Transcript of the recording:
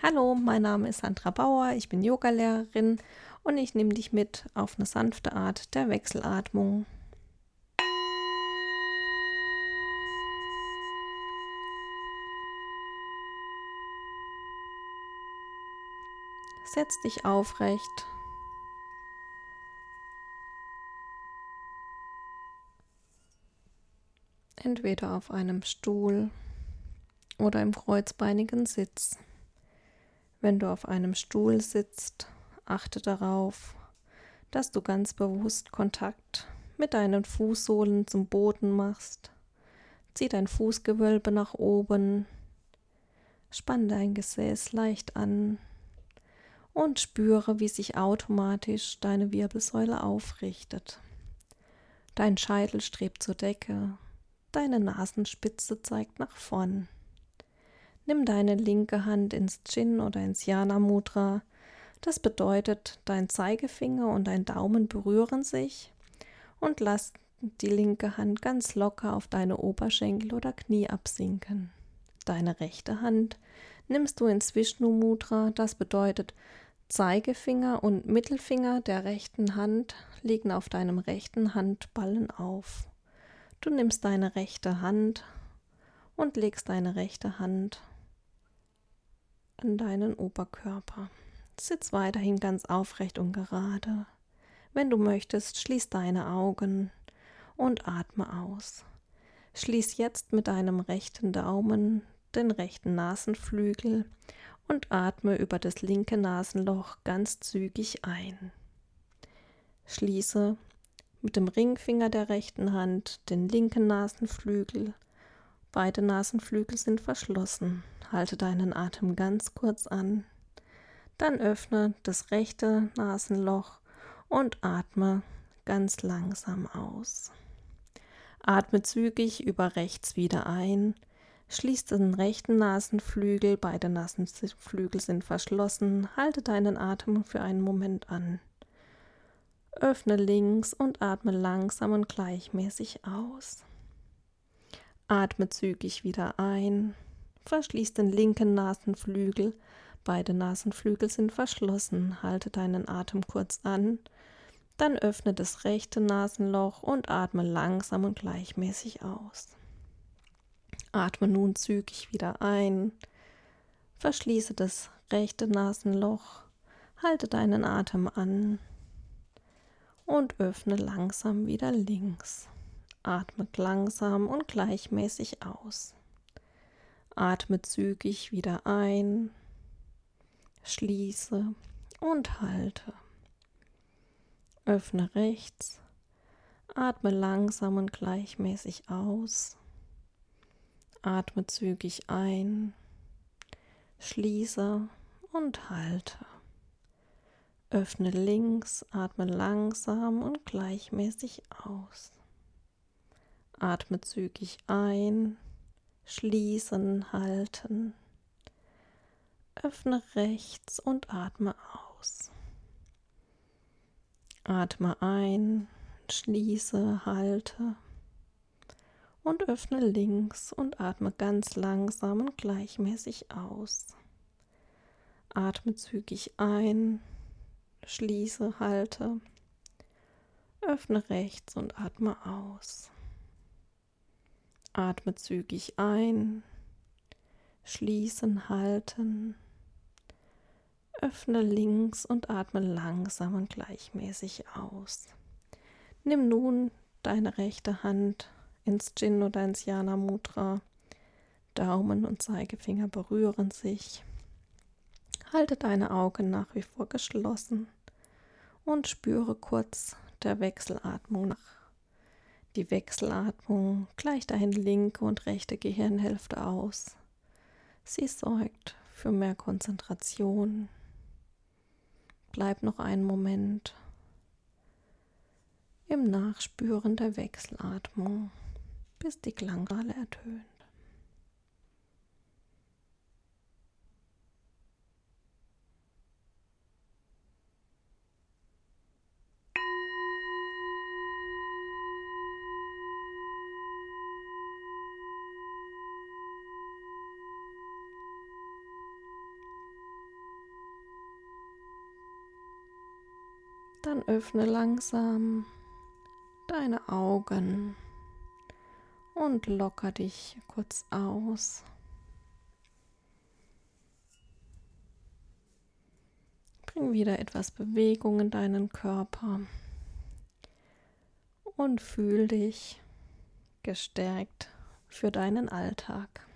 Hallo, mein Name ist Sandra Bauer, ich bin Yogalehrerin und ich nehme dich mit auf eine sanfte Art der Wechselatmung. Setz dich aufrecht. Entweder auf einem Stuhl oder im kreuzbeinigen Sitz. Wenn du auf einem Stuhl sitzt, achte darauf, dass du ganz bewusst Kontakt mit deinen Fußsohlen zum Boden machst. Zieh dein Fußgewölbe nach oben, spann dein Gesäß leicht an und spüre, wie sich automatisch deine Wirbelsäule aufrichtet. Dein Scheitel strebt zur Decke, deine Nasenspitze zeigt nach vorn. Nimm deine linke Hand ins Chin oder ins Jnana Mudra. Das bedeutet, dein Zeigefinger und dein Daumen berühren sich und lass die linke Hand ganz locker auf deine Oberschenkel oder Knie absinken. Deine rechte Hand nimmst du ins Vishnu Mudra. Das bedeutet, Zeigefinger und Mittelfinger der rechten Hand liegen auf deinem rechten Handballen auf. Du nimmst deine rechte Hand und legst deine rechte Hand an deinen Oberkörper. Sitz weiterhin ganz aufrecht und gerade. Wenn du möchtest, schließ deine Augen und atme aus. Schließ jetzt mit deinem rechten Daumen den rechten Nasenflügel und atme über das linke Nasenloch ganz zügig ein. Schließe mit dem Ringfinger der rechten Hand den linken Nasenflügel. Beide Nasenflügel sind verschlossen. Halte deinen Atem ganz kurz an. Dann öffne das rechte Nasenloch und atme ganz langsam aus. Atme zügig über rechts wieder ein. Schließ den rechten Nasenflügel, beide Nasenflügel sind verschlossen. Halte deinen Atem für einen Moment an. Öffne links und atme langsam und gleichmäßig aus. Atme zügig wieder ein. Verschließ den linken Nasenflügel. Beide Nasenflügel sind verschlossen. Halte deinen Atem kurz an. Dann öffne das rechte Nasenloch und atme langsam und gleichmäßig aus. Atme nun zügig wieder ein. Verschließe das rechte Nasenloch. Halte deinen Atem an und öffne langsam wieder links. Atme langsam und gleichmäßig aus. Atme zügig wieder ein, schließe und halte. Öffne rechts, atme langsam und gleichmäßig aus. Atme zügig ein, schließe und halte. Öffne links, atme langsam und gleichmäßig aus. Atme zügig ein, schließen, halten. Öffne rechts und atme aus. Atme ein, schließe, halte und öffne links und atme ganz langsam und gleichmäßig aus. Atme zügig ein, schließe, halte, öffne rechts und atme aus. Atme zügig ein, schließen, halten, öffne links und atme langsam und gleichmäßig aus. Nimm nun deine rechte Hand ins Chin oder ins Jnana Mudra. Daumen und Zeigefinger berühren sich. Halte deine Augen nach wie vor geschlossen und spüre kurz der Wechselatmung nach. Die Wechselatmung gleicht deine linke und rechte Gehirnhälfte aus. Sie sorgt für mehr Konzentration. Bleib noch einen Moment im Nachspüren der Wechselatmung, bis die Klangschale ertönt. Dann öffne langsam deine Augen und locker dich kurz aus. Bring wieder etwas Bewegung in deinen Körper und fühl dich gestärkt für deinen Alltag.